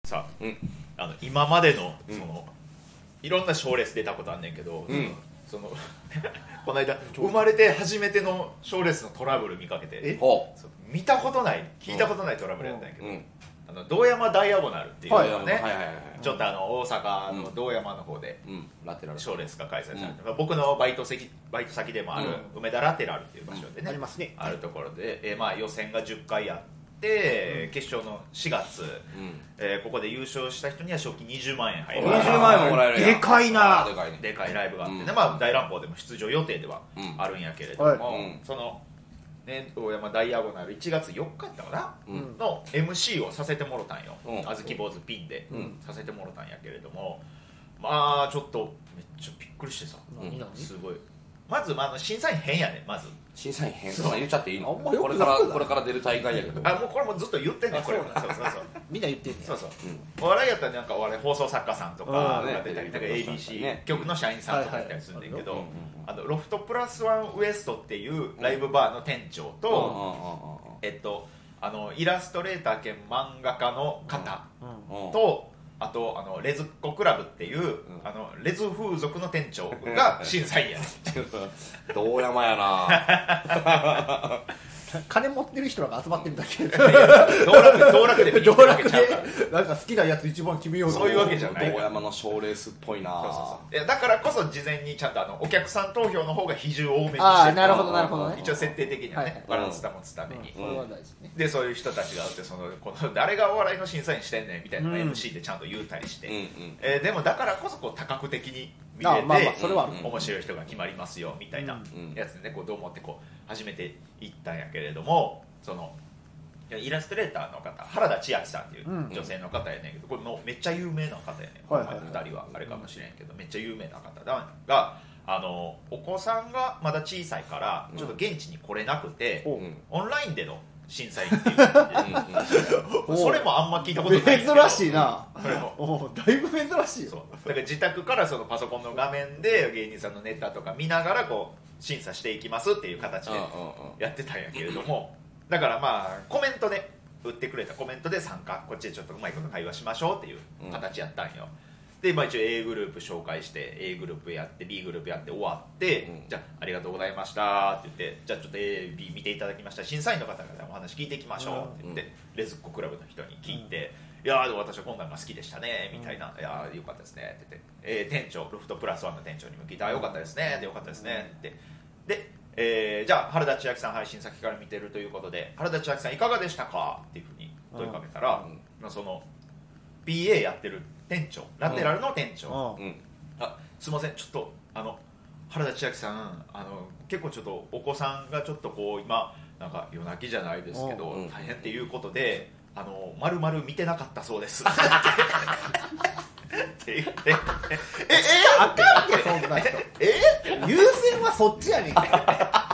さ、今までのその、いろんな賞レース出たことあんねんけど、そのこの間生まれて初めての賞レースのトラブル見かけて、見たことない聞いたことないトラブルやったんやけど、堂山ダイアゴナルっていうのがね、ちょっと大阪の堂山の方で賞レースが開催されて、僕のバイト先でもある梅田ラテラルっていう場所でね、あるところで、予選が10回やって、決勝の4月、ここで優勝した人には賞金20万円入る。 20万円ももらえるやん。 でかいな。 でかいライブがあってね、大乱暴でも出場予定ではあるんやけれども、その堂山ダイアゴナル1月4日やったかな、の MC をさせてもろたんよ。あずき坊主ピンでさせてもろたんやけれども、まあちょっとめっちゃびっくりしてさ、すごい。まず審査員変やね。まず審査員変とか言っちゃっていいの？これから出る大会やけど、 もうこれもずっと言ってんねん。これそうみんな言ってんねん。 そうお笑いやったらなんか放送作家さんとかが出たりとか ABC 局の社員さんとかいたりするんだけど、ロフトプラスワンウエストっていうライブバーの店長と、イラストレーター兼漫画家の方と、あとレズッコクラブっていうレズ風俗の店長が審査員やねん。 堂山やな。 金持ってる人らが集まってるだけで道楽で見に行くわけちゃうから、 なんか好きなやつ一番決めようとそういうわけじゃない。 堂山の賞レースっぽいな。 いやだからこそ事前にちゃんとお客さん投票の方が比重多めにして、 なるほどなるほどね。 一応設定的にはね、バランス保つために。 それは大事ね。 でそういう人たちがあって、この誰がお笑いの審査員してんねんみたいなのを MC でちゃんと言うたりして、でもだからこそ多角的に見れて、面白い人が決まりますよみたいなやつでね、どう思って初めて行ったんやけれども、イラストレーターの方、原田千秋さんっていう女性の方やねんけど、これもうめっちゃ有名な方やねん。2人はあれかもしれんけど、めっちゃ有名な方がお子さんがまだ小さいからちょっと現地に来れなくて、オンラインでの審査員っていうそれもあんま聞いたことない。 珍しいな。だいぶ珍しいよ。 だから自宅からパソコンの画面で芸人さんのネタとか見ながら審査していきますっていう形でやってたんやけれども、だからコメントで打ってくれたコメントで参加、こっちでちょっとうまいこと会話しましょうっていう形やったんよ。で、一応 A グループ紹介して A グループやって B グループやって終わって、じゃあありがとうございましたって言って、じゃあちょっと A、B 見ていただきました、審査員の方々お話聞いていきましょうって言って、レズッコクラブの人に聞いて、いや私はこんなんが好きでしたねみたいな、いやよかったですねって言って、店長ロフトプラスワンの店長にも聞いて、よかったですねよかったですねってで、じゃあ原田千秋さん配信先から見てるということで、原田千秋さんいかがでしたかっていうふうに問いかけたら、その PA やってる店長、ラテラルの店長、すいませんちょっと原田千秋さん結構ちょっとお子さんがちょっと今なんか夜泣きじゃないですけど大変っていうことで丸々見てなかったそうですって言ってあかんけそんな人。優先はそっちやねんから。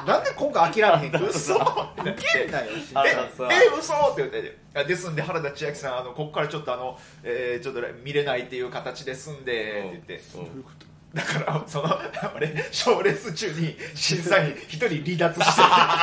なんで今回諦めへんの？ 嘘受けんなよ。 嘘って言ってですんで原田千秋さんここからちょっとちょっと見れないっていう形ですんでって言って、だから賞レース中に審査員一人離脱して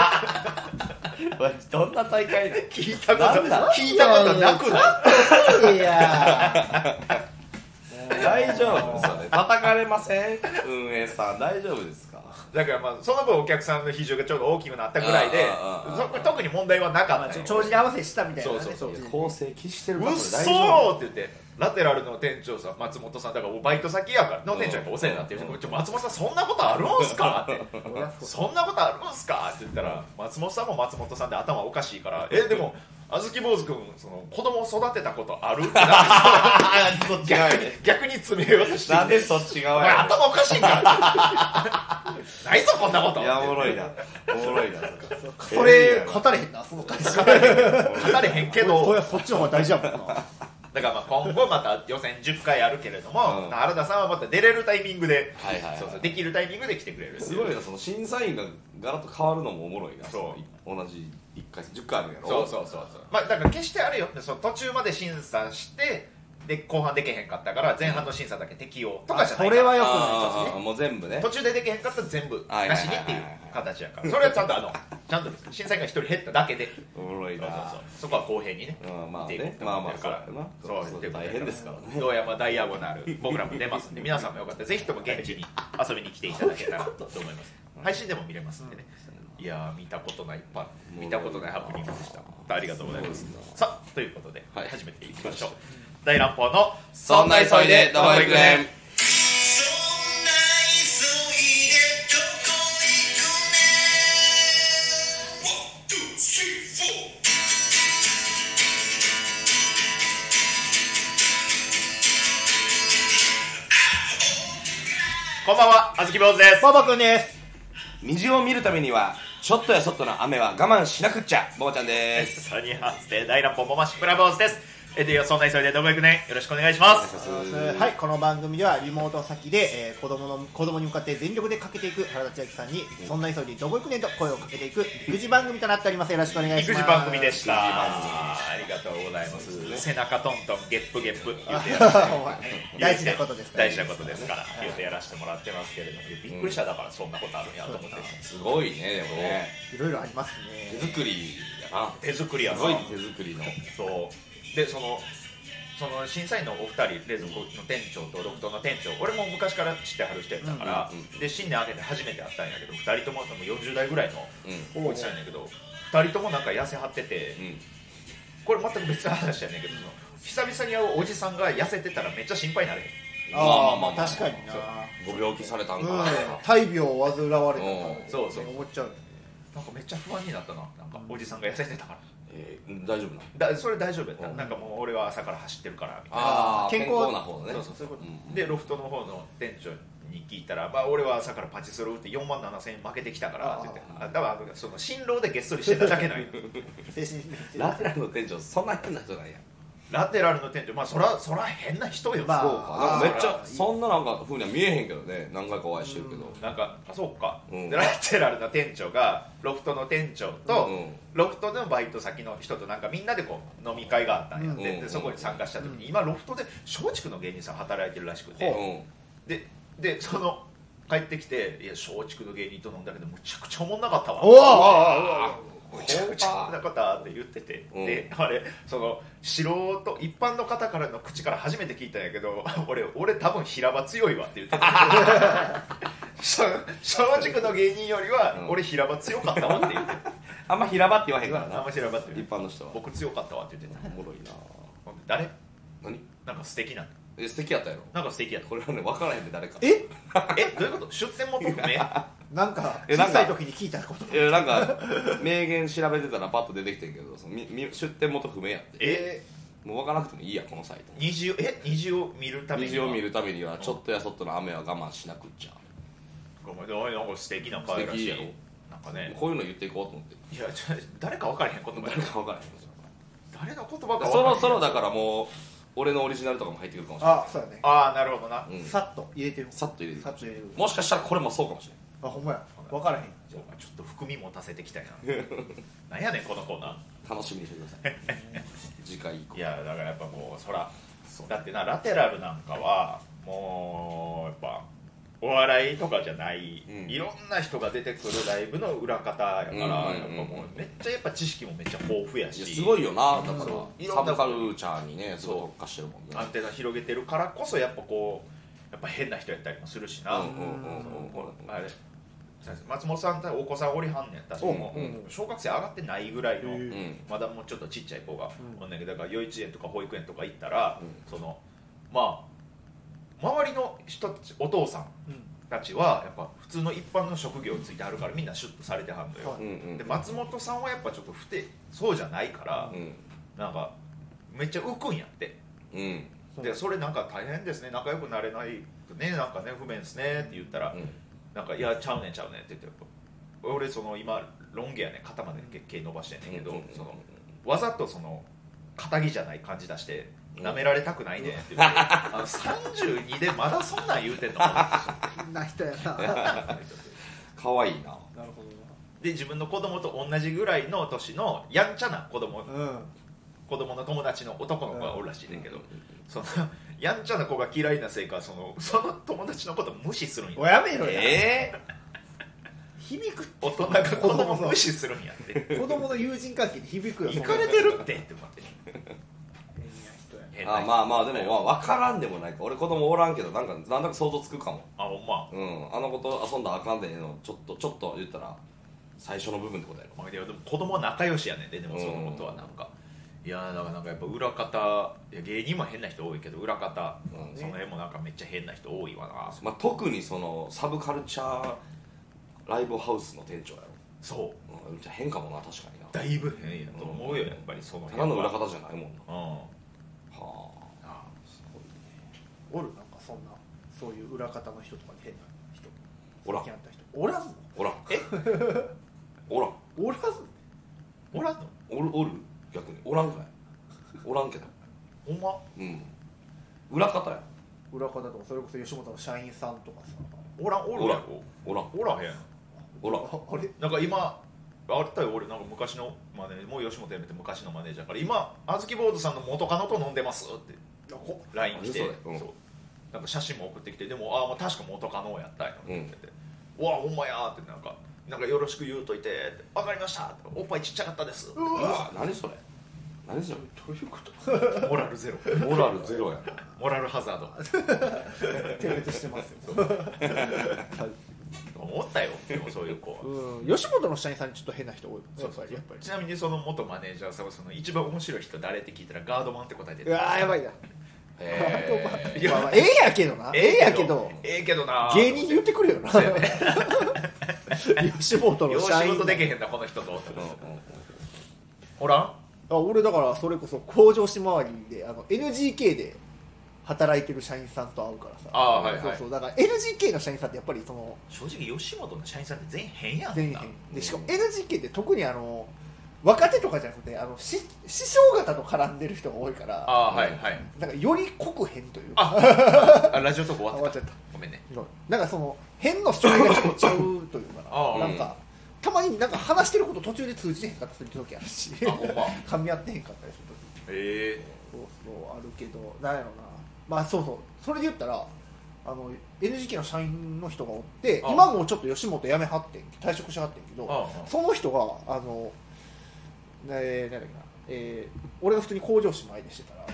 どんな大会で聞いたことなくない？ いや大丈夫ですよね。叩かれません？運営さん大丈夫ですか？ だからその分お客さんの比重がちょっと大きくなったぐらいで、特に問題はなかったよ。 帳尻合わせしたみたいなね。 構成期してるうっそーって言って、ラテラルの店長さん松本さんだからバイト先やからの店長やっぱお世話になってる、松本さんそんなことあるんすかってそんなことあるんすかって言ったら、松本さんも松本さんで頭おかしいから、でもあずき坊主君子供を育てたことある？逆に詰めようとしてなんでそっち側や？ 頭おかしいんかないぞこんなこと。 いやおもろいなそれ語れへんな、その感じ語れへんけど、 これはそっちの方が大事やもんな。 だから今後また予選10回あるけれども、原田さんはまた出れるタイミングで、できるタイミングで来てくれる。 すごいな、審査員がガラッと変わるのもおもろいな。同じ1回10回あるんやろ。 そうだから決してあれよ、途中まで審査して、 で後半できへんかったから前半の審査だけ適用とかじゃないそれはよくないあーもう全部ね途中でできへんかったら全部はいなしにっていう形やからそれはちゃんとちゃんと審査員が1人減っただけでおもろいなそこは公平にねまあ見ていこうねと思ってるからそう大変ですからねどうやまダイアゴナル僕らも出ますんで皆さんもよかったらぜひとも現地に遊びに来ていただけたらと思います配信でも見れますんでねいやー見たことない見たことないハプニングでしたありがとうございますさあということではい始めていきましょう大乱暴のそんな急いでどこ行くねんこんばんはあずき坊主ですババくんです。 虹を見るためにはちょっとやそっとの雨は我慢しなくっちゃボボちゃんですサニーハーツで大乱暴もましブラボーズですそんな急いでどこ行くねんよろしくお願いしますはい、この番組ではリモート先で、子供に向かって全力でかけていく原田千秋さんに、そんな急いでどこ行くねんと声をかけていく育児番組となっております。よろしくお願いします。 育児番組でしたありがとうございます背中トントンゲップゲップ言うてやらせて大事なことですから大事なことですから言うてやらせてもらってますけれどもびっくりしただからそんなことあるんやと思ってすごいねでもねいろいろありますね。 手作りやな手作りやなすごい手作りのそうでその審査員のお二人冷蔵庫の店長とロフトの店長俺も昔から知ってはる人やったから、で新年明けて初めて会ったんやけど2人とも40代ぐらいのおじさんやねんけど2人ともなんか痩せはってて、これ全く別の話やねんけど久々に会うおじさんが痩せてたらめっちゃ心配になるまあ確かにな。 ご病気されたんかな大病を患われたからそうそう思っちゃう。 なんかめっちゃ不安になったななんかおじさんが痩せてたから大丈夫なそれ大丈夫やったなんかもう俺は朝から走ってるからみたいな健康な方ねそうでロフトの方の店長に聞いたら、まあ、俺は朝からパチスロ打って4万7000円負けてきたからって言って多分その辛労でげっそりしてただけなんよ精神ラテラルの店長そんな変な人なんやラテラルの店長まあそら変な人よ、 まあそうかなんかめっちゃそんななんか風には見えへんけどね何回かお会いしてるけどなんかそうか、 うんでラテラルの店長がロフトの店長と、 うんロフトのバイト先の人となんかみんなでこう飲み会があったんやって、 うんでそこに参加した時に、今ロフトで松竹の芸人さん働いてるらしくて、でその帰ってきていや松竹の芸人と飲んだけどむちゃくちゃおもんなかったわむちゃくちゃおもんなかったって言ってて、であれその素人一般の方からの口から初めて聞いたんやけど俺多分平場強いわって言ってて松竹の芸人よりは俺平場強かったわって言っててあんま平場って言わへんからなあんま平場って一般の人は僕強かったわって言ってたおもろいな誰何なんか素敵な素敵やったやろなんか素敵やったこれはね分からへんで誰かえどういうこと出店元不明なんかなんか小さい時に聞いたことなんか名言調べてたらパッと出てきてんけど出店元不明やってもう分からなくてもいいやこのサイト虹を見るためには虹を見るためにはちょっとやそっとの雨は我慢しなくっちゃごめんなんか素敵な可愛らしい素敵やろなんかねこういうの言っていこうと思っていや誰か分からへん言葉や誰か分からへん誰の言葉か分からへんそろそろだからもう俺のオリジナルとかも入ってくるかもしれないあ、そうだね。 ああなるほどな、 うんさっと入れてる。 さっと入れるさっと入れる。 もしかしたらこれもそうかもしれあ、ほんまや。分からへん。 そうかちょっと含み持たせてきたいななんやねんこのコーナーない楽しみにしてください次回以降いやだからやっぱもうそらだってなラテラルなんかはもうやっぱお笑いとかじゃない、いろんな人が出てくるライブの裏方やから、やっぱもうめっちゃやっぱ知識もめっちゃ豊富やしすごいよなだからいろんなサブカルチャーにねすごい特化してるもんねアンテナ広げてるからこそやっぱこうやっぱ変な人やったりもするしな、あれ松本さんってお子さんおりはんねん確かも小学生上がってないぐらいの、まだもうちょっとちっちゃい子がおんねんけどだから幼稚園とか保育園とか行ったら、そのまあ周りの人たちお父さんたちはやっぱ普通の一般の職業についてあるからみんなシュッとされてはんのよ、で松本さんはやっぱちょっとそうじゃないから、なんかめっちゃ浮くんやって、でそれなんか大変ですね仲良くなれないとねなんかね不便ですねって言ったら、なんかいやちゃうねんって言って俺その今ロン毛やね肩まで毛伸ばしてんねんけど、そのわざとその肩着じゃない感じ出して舐められたくないねんって言って32でまだそんなん言うてんのそんな人やな。 かわいいななるほどで自分の子供と同じぐらいの年のやんちゃな子供子供の友達の男の子がおるらしいねんけど、そのやんちゃな子が嫌いなせいかその友達のこと無視するんや。 おやめろや、響くって大人が子供無視するんやって子供の友人関係に響くよ。 行かれてるって思って変な人や。 まあまあでも分からんでもないか。俺子供おらんけどなんとなく想像つくかも。 あ、ほんま。 あの子と遊んだらあかんでのちょっと言ったら最初の部分ってことやろ。 まあ、でも子供は仲良しやねんで、でもそのことはなんか、いやだからなんかやっぱ裏方、いや芸人も変な人多いけど裏方、その辺もなんかめっちゃ変な人多いわな。 まあ、特にそのサブカルチャーライブハウスの店長やろ。 そう、 めっちゃ変かもな。確かにな。 だいぶ変やと思うよ、やっぱりそのただの裏方じゃないもんな。 はあ、すごいね。 おるなんかそんなそういう裏方の人とかで変な人おらん最近会った人おらんのおらんえおらんおらんのおらんのおる逆におらんかい。おらんけど。 ほんま裏方や。 裏方とかそれこそ吉本の社員さんとかさおらんおるやろ。 おらんおらへん。 おらん。 あれなんか今あったよ、俺なんか昔のマネージャー、もう吉本辞めて昔のマネージャーから今あずき坊主さんの元カノと飲んでますって LINE 来て、そうなんか写真も送ってきて、でももう確か元カノやったんやって言ってて、うわほんまやーってなんかよろしく言うといてって分かりましたっておっぱいちっちゃかったですってうわ何それどういうことモラルゼロモラルゼロやな。 モラルハザード点滅してますよ思ったよ。でもそういう子は吉本の社員さんにちょっと変な人多いそうやっぱりちなみにその元マネージャーさんはその一番面白い人誰って聞いたらガードマンって答えてる。 うわーやばいなまあまあええやけどなやけどな芸人に言ってくれよな吉本の社員仕事できへんなこの人とおらん。 俺だからそれこそ工場し回りでNGK で働いてる社員さんと会うからさ。 はいはい、 そうだから NGK の社員さんってやっぱりその正直吉本の社員さんって全員変やん。 全員変で、しかも NGK って特に若手とかじゃなくて師匠方と絡んでる人が多いから、 はいはい、 なんかより濃く変というかラジオトーク終わってた。 終わっちゃった。 ごめんね。 なんかその変の種類がちょっとちゃうというかななんかたまになんか話してること途中で通じてへんかったりする時あるし噛み合ってへんかったりする時そうあるけどなんやろな。まあそうそれで言ったらNGK の社員の人がおって今もうちょっと吉本辞めはってん退職しはってんけどその人がなんだっけな俺が普通に工場師前でしてたら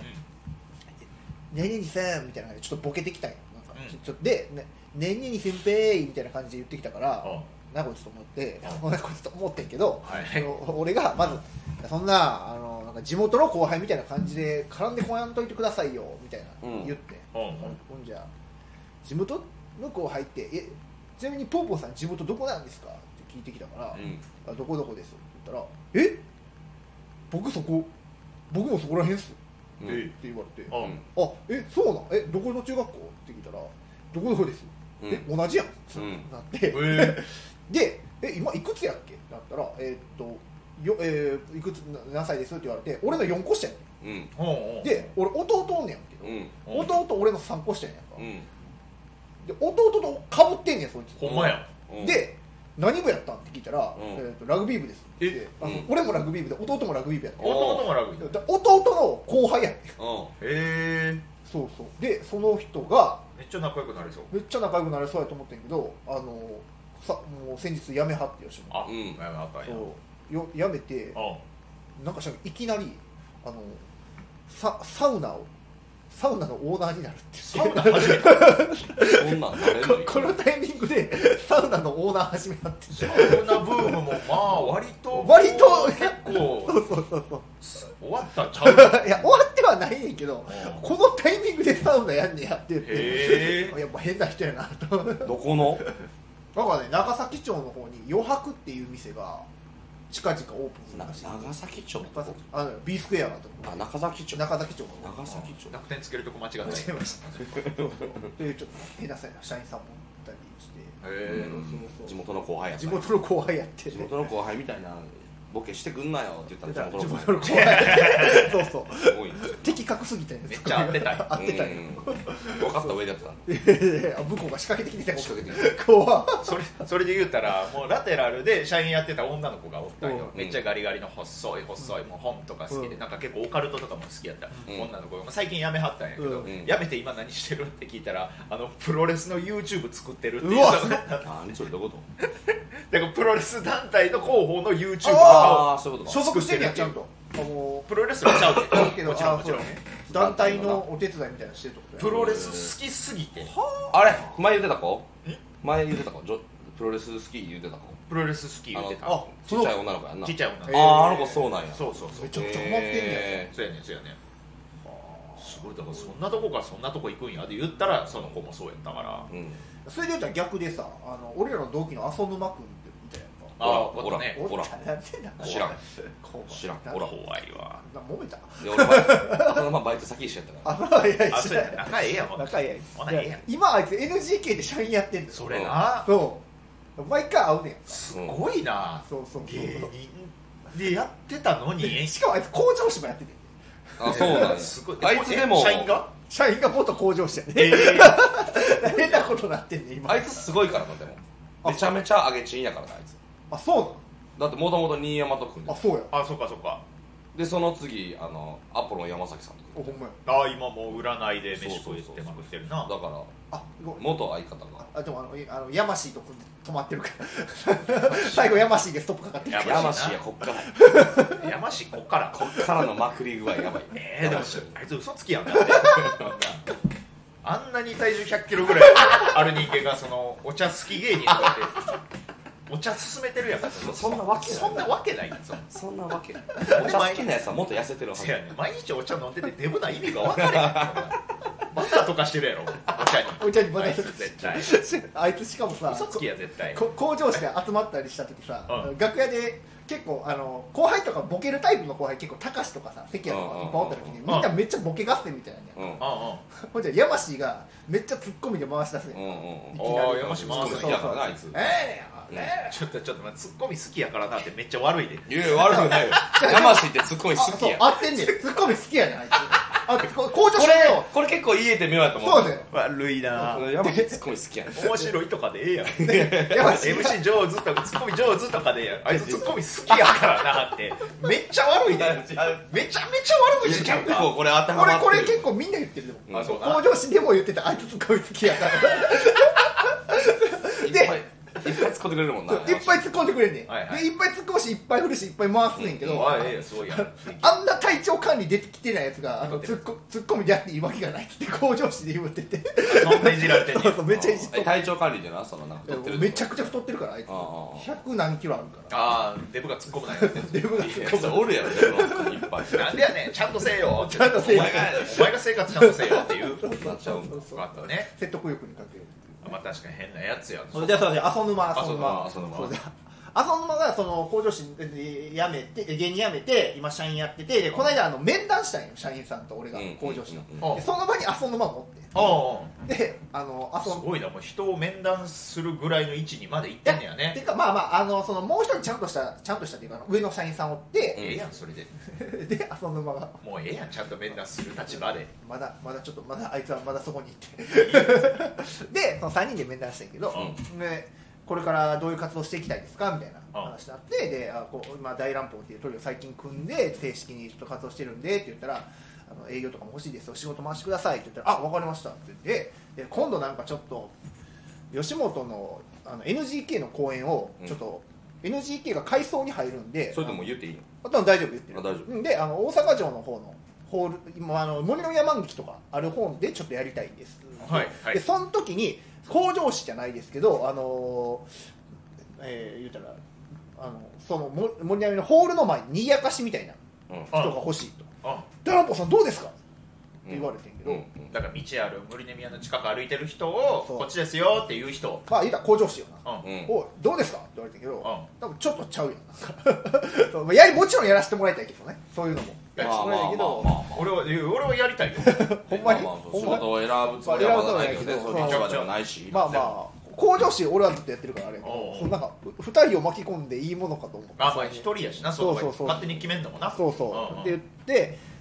「ねににさん」みたいな感じでちょっとボケてきたんよなんかちょっとで「ねにに先輩」みたいな感じで言ってきたからなこいつと思ってこいつと思ってんけど俺がまずそんななんか地元の後輩みたいな感じで絡んでこやんといてくださいよみたいな言ってほんじゃ地元の後輩ってちなみにポーポーさん地元どこなんですかって聞いてきたからどこどこですって言ったら僕もそこらへんっすって言われてそうなんどこの中学校って聞いたらどこどこです同じやんなってで今いくつやっけってなったらいくつ何歳ですって言われて俺の4個下やねんで俺弟おんねんけど弟俺の3個下やねんかで弟とかぶってんねんそいつほんまやで何部やったんって聞いたらラグビー部ですって俺もラグビー部で弟もラグビー部やって弟もラグビー弟の後輩やねんそうでその人がめっちゃ仲良くなりそうめっちゃ仲良くなれそうやと思ってんけどもう先日辞めはって吉本辞めはったんや辞めてなんかいきなりサウナのオーナーになるってサウナ始めたそんなんなれんのこのタイミングでサウナのオーナー始めたってサウナブームもまあ割と結構終わったんちゃういや終わってはないねんけどこのタイミングでサウナやんねやって言ってやっぱ変な人やなとどこのだからね長崎町の方に余白っていう店が近々オープンするらしい長崎町 B スクエアのとこ中崎町長崎町楽天つけるとこ間違って間違えましたでちょっと変な社員さんもいたりして地元の後輩や地元の後輩やって地元の後輩みたいなボケしてくんなよって言ったら地元の後輩そうすごい敵確すぎてめっちゃ合ってたよ合ってたよ分かった上でやってた向こうが仕掛けてきてたよ仕掛けてき怖それで言うたらもうラテラルで社員やってた女の子がおったんよ、 うんめっちゃガリガリの細いもう本とか好きで、なんか結構オカルトとかも好きやった女の子が最近辞めはったんやけど、辞めて今何してるって聞いたらプロレスの YouTube 作ってるっていう。 うわ何それどことだからプロレス団体の広報の YouTube ああそういうこと所属してるやんちゃんとプロレスはちゃうけどもちろん団体のお手伝いみたいなのしてるってことプロレス好きすぎてあれ前言ってた子プロレス好き言ってた子プロレス好き言ってたちっちゃい女の子やんなちっちゃい女の子あの子そうなんやそうめちゃくちゃハマってんねんそうやねんすごいだからそんなとこからそんなとこ行くんやで言ったらその子もそうやったから、 それで言ったら逆でさ俺らの同期の浅沼君ってみたいなほら知らんほら怖いわ揉めたそのままバイト先一緒やったからいやそうや仲ええやん仲ええやん今あいつ NGK で社員やってんだよそれなそう毎回会うねんすごいなそう芸人でやってたのにしかもあいつ工場師もやっててあそうなんやすごいあいつでも社員が元工場師やね変なことなってんね今あいつすごいからなでもめちゃめちゃ上げチンやからなあいつあそうなのだってもともと新山と組んでそうやそっかでその次アポロの山崎さんとほんまや今もう占いで飯食ってまくってるなだから元相方がでもヤマシーと組んで止まってるから最後ヤマシーでストップかかってるヤマシーやこっからヤマシーこっからのまくり具合やばいでもあいつ嘘つきやんだってあんなに体重100キロぐらいある人間がそのお茶好き芸人とかってお茶進めてるやんそんなわけないんですよそんなわけないお茶好きなやつはもっと痩せてるはずやね毎日お茶飲んでてデブな意味が分かれへんバターとかしてるやろお茶にバター絶対あいつしかもさ嘘つきや絶対工場師で集まったりした時さ、楽屋で結構後輩とかボケるタイプの後輩結構高志とかさ関谷とかいっぱいおった時にみんなめっちゃボケ合戦みたいなやんほんじゃヤマシーがめっちゃツッコミで回し出すねんヤマシー回す好きやからなあいつちょっとツッコミ好きやからなってめっちゃ悪いでいや悪くないよヤマシーってツッコミ好きや合ってんねんツッコミ好きやねんあいつ工場師これ結構言えてみようやと思うそうだよ悪いなヤマシーツッコミ好きやね面白いとかでええやんMC 上手とかツッコミ上手とかでええやんあいつツッコミ好きやからなってめっちゃ悪いでめちゃめちゃ悪口ちゃうかこれ当てはまってるこれ結構みんな言ってるでも工場師でも言ってたあいつツッコミ好きやからでいっぱい突っ込んでくれるもんないっぱい突っ込んでくれんねん、でいっぱい突っ込むしいっぱい振るしいっぱい回すねんけど、あんな体調管理出てきてないやつがツッコミでやっていいわけがないって工場師で言っててそんないじられてんねんそうめっちゃいじって体調管理でなそのなんか太ってるめちゃくちゃ太ってるからあいつ100何キロあるからデブが突っ込むなよデブが突っ込むおるやろデブいっぱいなんでやねんちゃんとせえよちゃんとせえよお前が生活ちゃんとせえよっていう説得力にかけるまあ確かに変なやつやそれで浅沼がその工場師で辞めて芸人辞めて今社員やっててでこの間面談したんよ社員さんと俺が工場師のその場に浅沼もおってですごいなもう人を面談するぐらいの位置にまで行ってんねやねてかまあそのもう一人ちゃんとしたっていうか上の社員さんおってええやんそれでで浅沼がもうええやんちゃんと面談する立場でまだあいつはまだそこに行ってでその3人で面談したんやけどでこれからどういう活動していきたいですかみたいな話になってで大乱暴っていうトリオ最近組んで正式にちょっと活動してるんでって言ったら営業とかも欲しいですよ仕事回してくださいって言ったら分かりましたって言ってで今度なんかちょっと吉本のNGK の公演をちょっと、NGK が改装に入るんでそれでも言っていいの大丈夫言ってる大丈夫で大阪城の方のホール今森の山劇とかある方でちょっとやりたいんです、でその時に工場師じゃないですけど言うたらその森のホールの前に賑やかしみたいな人が欲しいとダランポさんどうですかって言われてんけど、 だから道ある森根宮の近く歩いてる人をこっちですよっていう人まあ言うたら工場師よな、おいどうですかって言われてんけど、多分ちょっとちゃうやんもちろんやらせてもらいたいけどねそういうのもやらせてもらいたいけど俺はやりたいよほんまに仕事を選ぶつもりはまだないけどそういう立場ではないしまあ工場師俺はずっとやってるからあれなんか2人を巻き込んでいいものかと思ってまあ一人やしなそう勝手に決めんのもなそうって言って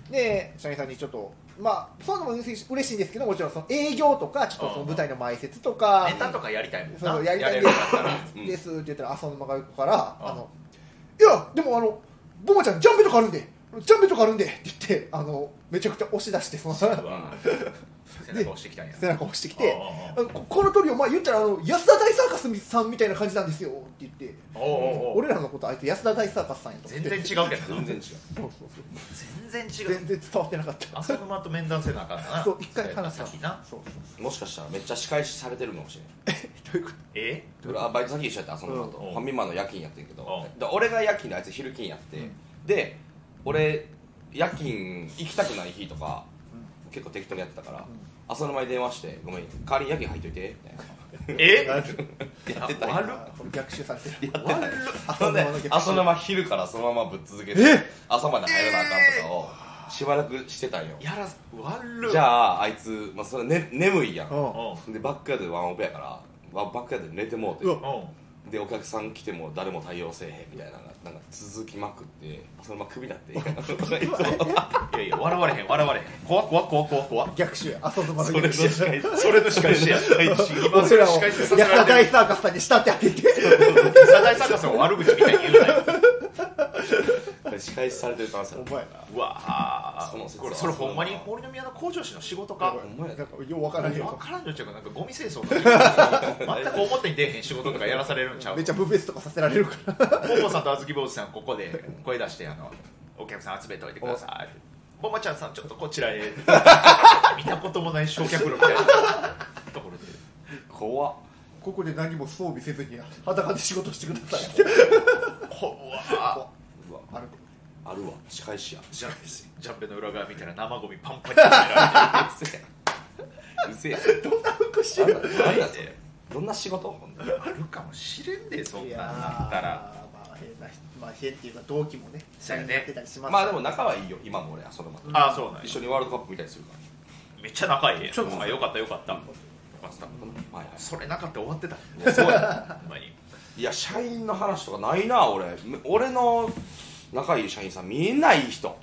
で社員さんにちょっとそういうのも嬉しいんですけど、もちろんその営業とかちょっとその舞台の前説とかネタとかやりたいもんな。 そうやりたいんですって言ったら浅沼が言うから、いやでもボマちゃんジャンベとかあるんでって言ってめちゃくちゃ押し出してその背中押してきたんや。 背中押してきて、この通り言ったら安田大サーカスさんみたいな感じなんですよって言って、俺らのことあいつ安田大サーカスさんやと思って。 全然違うけどな。 全然違う。 全然違う。 全然伝わってなかった。 浅沼と面談せなあかんな。 そう一回話したな。 もしかしたらめっちゃ仕返しされてるかもしれない。 どういうこと？ 俺バイト先一緒やった浅沼とファミマの夜勤やってんけど、俺が夜勤であいつ昼勤やって、で俺夜勤行きたくない日とか結構適当にやってたから、浅沼に電話してごめん代わりに夜勤入っといてみたいな。やってたよ。 逆襲されてる。 浅沼昼からそのままぶっ続けて朝まで入らなあかんとかをしばらくしてたんよ。じゃああいつ、それ眠いやん。でバックヤードでワンオペやからバックヤードで寝てもうて、でお客さん来ても誰も対応せえへんみたいななんか続きまくってそのままクビだっていやいや笑われへん怖っ逆襲浅沼のそれの仕返しや俺らを安田大サーカスさんに仕立て上げて安田大サーカスの悪口みたいに言うなよ。 仕返しされてる可能性ある。 うわそれほんまに森の宮の工場士の仕事か。 ほんまやなんかよう分からんよ。 分からんのちゃうかなんかゴミ清掃の仕事全く表に出えへん仕事とかやらされるんちゃう。 めっちゃブフェスとかさせられるから。 ボンボさんとあずき坊主さんここで声出してお客さん集めておいてください。ボンボちゃんさんちょっとこちらへ見たこともない焼却炉みたいなところで怖っ。 ここで何も装備せずに裸で仕事してください。 怖っ。 あるわ仕返しや。 ジャンベの裏側見たら生ゴミパンパンに詰められてうせえ。 どんな服してる？ どんな仕事？ あるかもしれんでそんなんなったら。 変っていうか同期もね社員やってたりします。 でも仲はいいよ今も俺はそのまま。そうなん。 一緒にワールドカップ見たりするから。 めっちゃ仲いい。ちょっとよかった。それなかったら終わってた。 そうや。いや社員の話とかないな俺の仲いい社員さんみんないい人。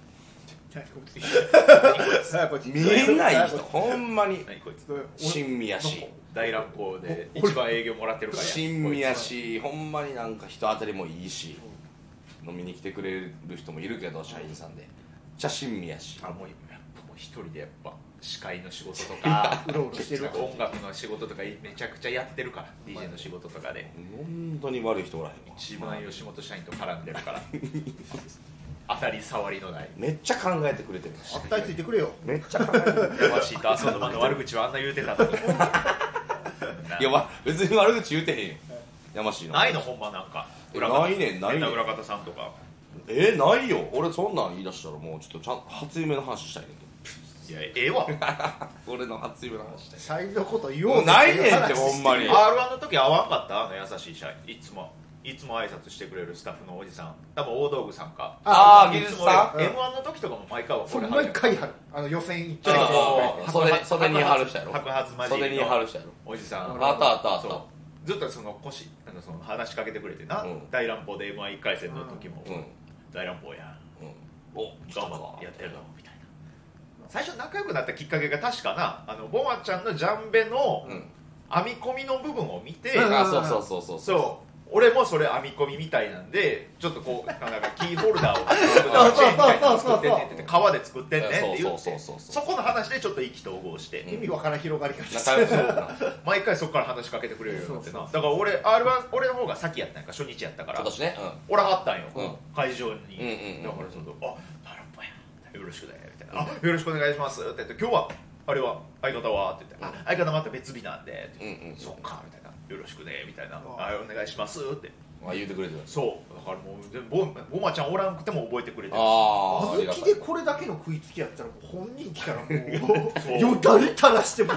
みんないい人ほんまに。親身やし大乱暴で一番営業もらってるから親身やしほんまになんか人当たりもいいし飲みに来てくれる人もいるけど社員さんでじゃ親身やし。 もう一人でやっぱ司会の仕事とかうろうろしてる音楽の仕事とかめちゃくちゃやってるから DJ の仕事とかで本当に悪い人おらへん。 一番吉本社員と絡んでるから当たり障りのないめっちゃ考えてくれてる。 あったりついてくれよ。 めっちゃ考えてくれてる。 やましいと浅沼の悪口はあんな言うてたのにいや別に悪口言うてへんよ。やましいのないのほんまなんかないねん裏方さんとかないよ。俺そんなん言い出したらもうちょっとちゃんと初夢の話したいねんけど。 いやええわ俺の初夢の話したい。 社員のこと言おう。 ないねんってほんまに。 R1 の時会わんかった優しい社員いつも挨拶してくれるスタッフのおじさん多分大道具さんか技術さん M1 の時とかも毎回は毎回やる予選行っちゃう袖に貼る人やろ。 白髪交じ袖に貼る人やろおじさんあったずっとその話しかけてくれてな大乱暴で M1 1回戦の時も大乱暴やお頑張ってやってるのみたいな。最初仲良くなったきっかけが確かなボマちゃんのジャンベの編み込みの部分を見てそう俺もそれ編み込みみたいなんでちょっとこうなんかキーホルダーをチェーンみたいなの作ってんねんって革で作ってんねんって言ってそこの話でちょっと意気投合して意味わからん広がり方仲良くな毎回そこから話しかけてくれるようになってな。だから俺 R1 俺の方が先やったんやから初日やったから俺はったんよ会場に。だからそのなるほどやよろしくだよみたいなよろしくお願いしますって言って今日はあれは相方はって言って相方また別日なんでそっかみたいなよろしくねみたいなお願いしますって言うてくれてる。 そうだからもうボマちゃんおらんくても覚えてくれてる。 あずきでこれだけの食いつきやったら本人来たらもうよだれ垂らしても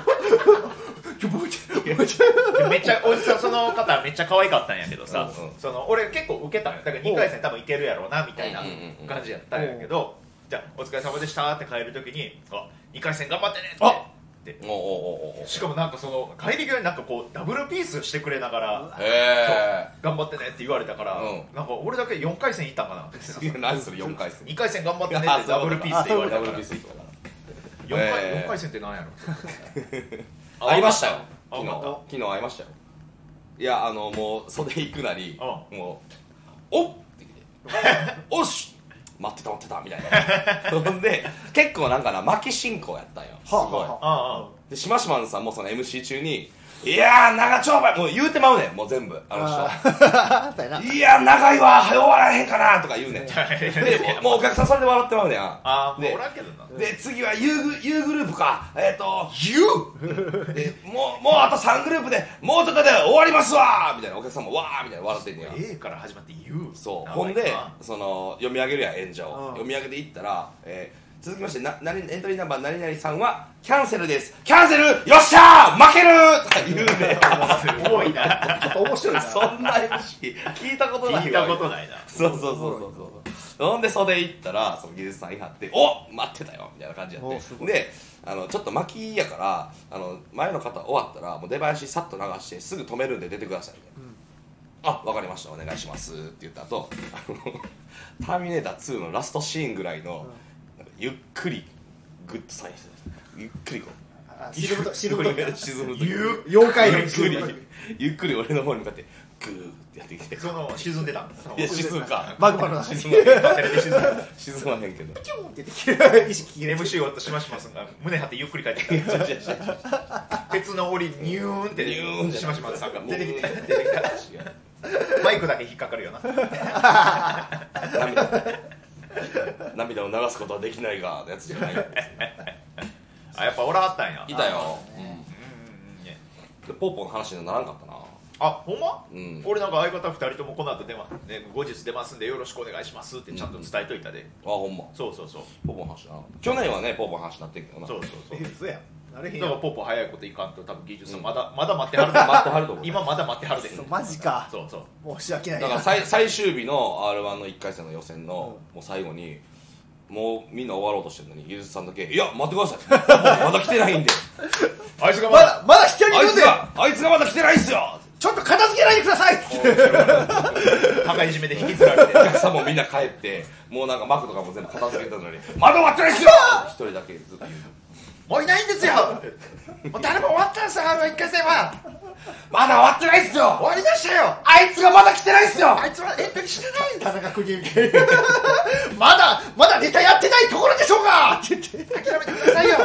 めっちゃおじさんその方めっちゃ可愛かったんやけどさ俺結構受けたんよ。だから2回戦多分いけるやろうなみたいな感じやったんやけどじゃあお疲れ様でしたって帰るときに2回戦頑張ってねって 、しかもなんかその帰り際になんかこうダブルピースしてくれながら頑張ってねって言われたから、なんか俺だけ4回戦行ったんかなって何それ4回戦 2回戦頑張ってねってダブルピースで言われたから4回戦って何やろ会いましたよ昨日会いましたよ。いやもう袖行くなりもうおっって来ておし待ってたみたいなほんで結構なんかな巻き進行やったんよすごいでしましまんさんもその MC 中にいやー長丁場もう言うてまうねんもう全部人いや長いわ早終わらへんかなとか言うねんでもうお客さんそれで笑ってまうねんでおらんけどなで次は U グループか U でもうあと3グループでもうちょっとで終わりますわみたいなお客さんもわーみたいな笑ってんねん A から始まって U そうほんでその読み上げるやん演者を読み上げていったら続きましてエントリーナンバー何々さんはキャンセルですキャンセルよっしゃー負けるとか言うねすごいな面白いなそんな MC 聞いたことないなそうほんで袖行ったらその技術さんいはってお待ってたよみたいな感じやってでちょっと巻きやから前の方終わったらもう出囃子さっと流してすぐ止めるんで出てくださいみたいな、分かりましたお願いしますって言った後ターミネーター2のラストシーンぐらいのゆっくりグッとサインしてゆっくりこう沈むと妖怪のゆっくり俺の方に向かってグーってやってきてその沈んでたいや沈むかマグマの沈まへんけどピキュンって意識切れ MC 終わったしましますが胸張ってゆっくり帰ってきた鉄の檻ニューンってしましまさんが出てきたマイクだけ引っかかるよな涙を流すことはできないがのやつじゃないんですやっぱおらはったんやいたよポーポーの話にならんかったなほんま、俺なんか相方2人ともこの後後日出ますんでよろしくお願いしますってちゃんと伝えといたでほんまそうポーポーの話な去年はねポーポーの話になってんけどなそうそうやなれへんだからポーポー早いこといかんと多分技術さんまだ待ってはる今まだ待ってはるでマジかそう申し訳ないだから最終日の R1 の1回戦の予選のもう最後にもうみんな終わろうとしてるのに技術さんだけいや待ってくださいまだ来てないんであいつがまだ来てるんであいつがまだ来てないっすよちょっと片付けないでくださいって羽交い締めで引きずられてお客さんもみんな帰ってもうなんか幕とかも全部片付けたのにまだ終わってないっすよ一人だけずっと言うもういないんですよもう誰も終わったんですよ1回戦はまだ終わってないっすよ終わりましたよあいつがまだ来てないっすよあいつはエントリーしてないんです田中邦衛みたいなまだネタやってないところでしょうがって言って諦めてくださいよ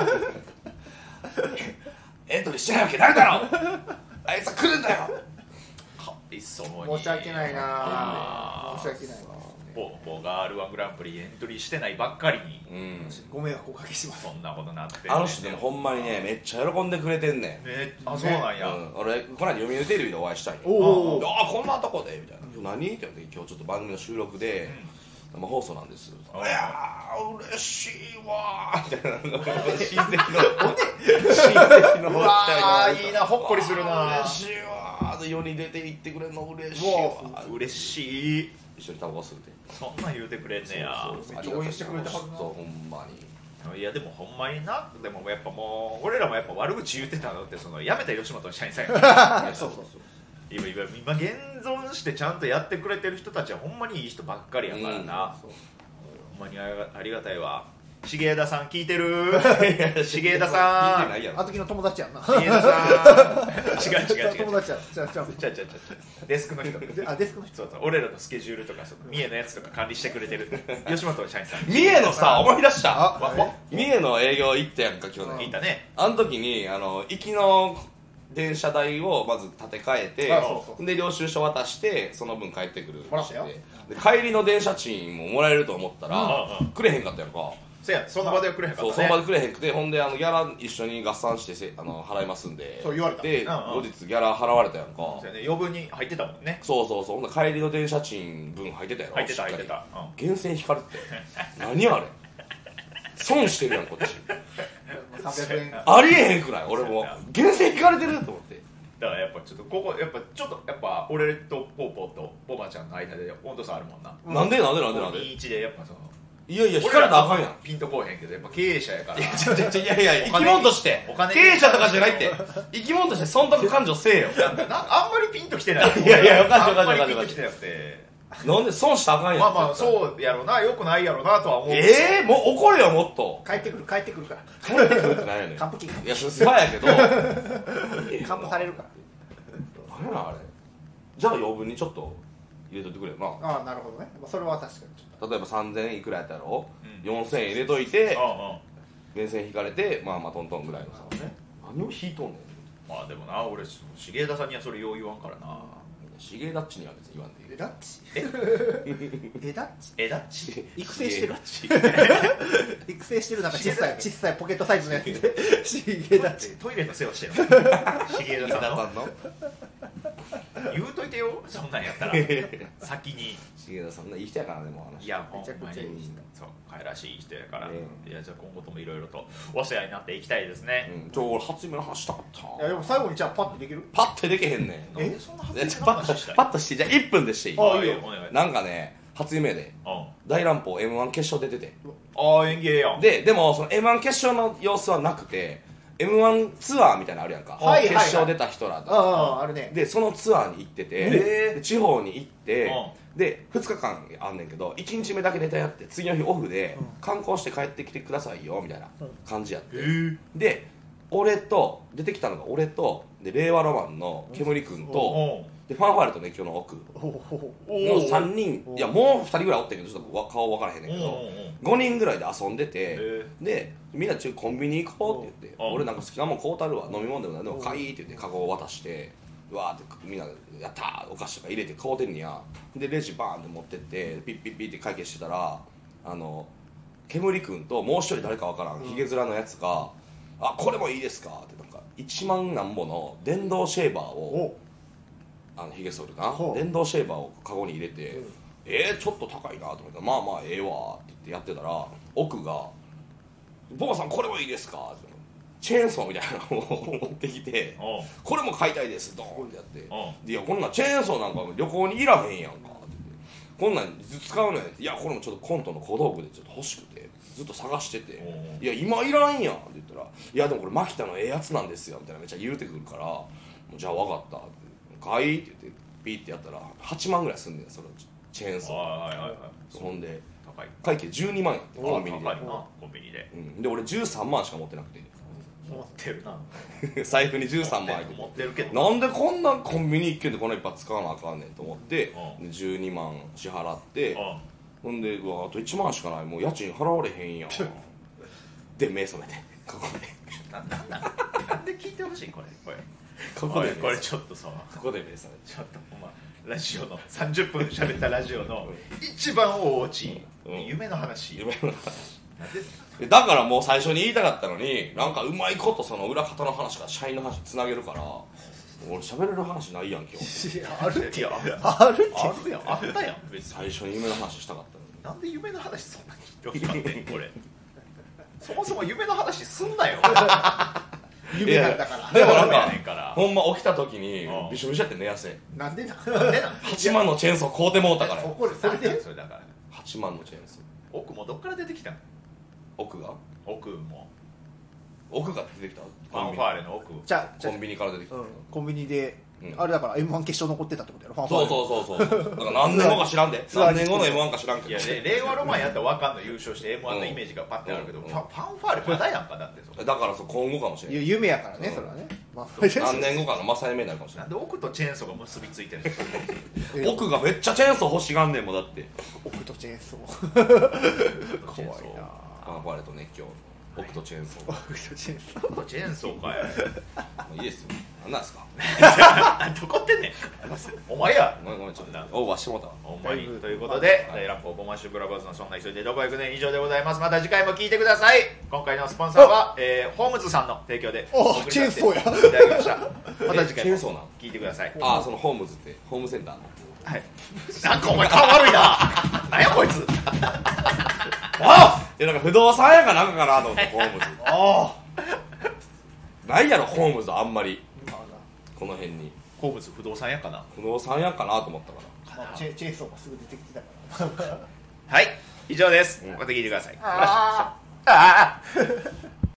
エントリーしてないわけないだろあいつは来るんだよ申し訳ないな申し訳ないわポーポーが R1 グランプリエントリーしてないばっかりに、 ご迷惑おかけします。 そんなことなって、 あの人でもほんまにねめっちゃ喜んでくれてんねん。 そうなんや、 俺この間読売テレビでお会いしたいんよ。こんなとこでみたいな「何?」って言って「今日ちょっと番組の収録で生放送なんです」いやー嬉しいわーみたいな親戚のうわーいいな、ほっこりするな。 嬉しいわー世に出て行ってくれるの嬉しいわ。 嬉しい。 一緒にタバコ吸うてそんなん言うてくれんねや。 めっちゃ応援してくれたはずな。 そうほんまに。 いやでもほんまにな。でもやっぱもう俺らもやっぱ悪口言ってたのってその辞めた吉本の社員さんやそう今現存してちゃんとやってくれてる人たちはほんまにいい人ばっかりやからな、ほんまにありがたいわ。重枝さん聞いてる？重枝さん。 あの時の友達やんな。 重枝さん。違う。 友達やん。 デスクの人。 あ、デスクの人。 そう俺らのスケジュールとか三重のやつとか管理してくれてる吉本の社員さん。 三重のさ思い出した。三重の営業行ったやんか去年。 行ったね。 あの時に行きの電車代をまず立て替えて、で領収書渡してその分帰ってくる。 もらったよ。 で帰りの電車賃ももらえると思ったらくれへんかったやんか。 そやその場ではくれへんかったね。 その場でくれへんくて、ほんでギャラ一緒に合算して払いますんで、 そう言われた。 で後日ギャラ払われたやんか。 そうやね、余分に入ってたもんね。 そうほんで帰りの電車賃分入ってたやろ。 入ってた源泉引かれて何あれ損してるやんこっち。 300円ありえへんくない？俺も源泉引かれてると思って。 だからやっぱちょっとここやっぱ俺とポーポーとボバちゃんの間で温度差あるもんな。 なんで 21でやっぱそのいやいや引かれたらあかんやん。 ピンとこうへんけどやっぱ経営者やから。いや生き物として経営者とかじゃないって、生き物として損得感情せえよ。 あんまりピンときてない。 いやおかしいあんまりピンときてなくて、 なんで損したらあかんやん。 まあそうやろな、よくないやろなとは思う。 もう怒れよもっと。 帰ってくるから帰ってくるってないよね。 還付金。 いやそうやけど還付されるから。 何やなあれ。じゃあ余分にちょっと入れといてくれよな。 ああなるほどね。それは確かにちょっと。 例えば3000円いくらやったやろ、4000円入れといて源泉引かれてまあトントンぐらいのさ、何を引いとんねん。 まあでもな、俺重枝さんにはそれよう言わんからな。 重ダッチには別に言わんでいい。 エダッチ育成してる育成してるなんか小さいポケットサイズのやつで重ダッチトイレの世話してる重枝さんの言うといてよ、そんなんやったら先に。 重田さんいい人やからね、もう話。 いやめちゃくちゃいい人、そうかいらしい人やから、いやじゃあ今後ともいろいろとお世話になっていきたいですね。 俺初夢の話したかった。 いやでも最後にじゃあパッとできる？ パッてできへんねん。 なんでそんな初夢の話したい？ パッとして、じゃあ1分でしていい？ ああいいよ、 なんかね、初夢で大乱暴 M1 決勝出てて、 ああ演芸やん。 でもその M1 決勝の様子はなくて、M1 ツアーみたいなのあるやんか、決勝出た人らあるね。 でそのツアーに行ってて、地方に行って、で2日間あんねんけど、1日目だけネタやって次の日オフで観光して帰ってきてくださいよみたいな感じやって、で俺と出てきたのが俺とで令和ロマンの煙くんとでファンファーレと熱狂の奥の3人、いやもう2人ぐらいおったけどちょっと顔分からへんねんけど、5人ぐらいで遊んでて、でみんなコンビニ行こうって言って、俺なんか好きなもん買うたるわ、飲み物でも何でも買いって言ってカゴを渡して、うわーってみんなやったーお菓子とか入れて買うてんねや。でレジバーンって持ってってピッピッピッって会計してたら、煙くんともう一人誰か分からんヒゲ面のやつが「あこれもいいですか?」ってなんか1万なんぼの電動シェーバーをヒゲ剃るな電動シェーバーをカゴに入れて、ちょっと高いなと思ったら「まあまあええわ」って言ってやってたら、奥が「ボバさんこれもいいですか?」ってチェーンソーみたいなのを持ってきて「これも買いたいです」ドーンってやって「いやこんなんチェーンソーなんか旅行にいらへんやんか」って言って「こんなん使うのや」って「いやこれもちょっとコントの小道具でちょっと欲しくてずっと探してていや今いらんやん」って言ったら「いやでもこれマキタのええやつなんですよ」みたいなめっちゃ言うてくるから「じゃあ分かった」って「買い」って言ってピーってやったら8万ぐらいすんねんそのチェーンソー。ほんで会計12万やってコンビニで、で俺13万しか持ってなくて、 持ってるな財布に13万入って持ってるけど、 なんでこんなコンビニ1軒でこんな一発使わなあかんねんと思って、12万支払って、ほんでうわあと1万しかない、もう家賃払われへんやんで目覚めてここでなんで聞いてほしいこれこれちょっとさ、 ここで目覚めてちょっとお前ラジオの30分喋ったラジオの一番大落ち、夢の話だからもう最初に言いたかったのに、なんかうまいことその裏方の話から社員の話つなげるから、俺喋れる話ないやん今日。 あるってやん、 あったやん別に。 最初に夢の話したかったのになんで夢の話そんなに広がってんこれそもそも夢の話すんなよ夢なんだから。 でもなんかほんま起きた時にびしょびしょやって寝やすい。 なんでなん 8万のチェーンソー買うてもうたから。 それでそれだから 8万のチェーンソー。 奥もどっから出てきたの？奥が出てきた。 ファンファーレの奥。 コンビニから出てきた。 コンビニであれだから M1 決勝残ってたってことやろ。 そうだから何年後か知らんで何年後の M1 か知らんけど、 いや令和ロマンやったら分かんの、優勝して M1 のイメージがパッてあるけど、ファンファーレまだやんか。だってそれだから今後かもしれない。 夢やからね、それはね。 何年後かの正夢になるかもしれない。 なんで奥とチェーンソーが結びついてるの奥がめっちゃチェーンソー欲しがんねんもん。だって奥とチェーンソー怖いな。 ファンファーレと熱狂奥とチェーンソー。 奥とチェーンソー。チェーンソーかよ。 いいですよ。なんなんですか。 どこってんねん。お前や。 ごめんちょっとオーバーしてもうたわ。 お前ということで、ラップオボマッシュブラボーズのそんな急いでどこ行くねん以上でございます。また次回も聞いてください。今回のスポンサーはホームズさんの提供でチェーンソーやいただきました。また次回も聞いてください。 ああ、そのホームズってホームセンターの。 はい。なんかお前顔悪いな。なんやこいつ。 なんか不動産屋かなんかかなと思ってホームズ。ないやろホームズあんまりこの辺に。 ホームズ不動産屋かな。 不動産屋かなと思ったから。チェーンソーがすぐ出てきてたから。 はい、以上です。また聞いてください。ああ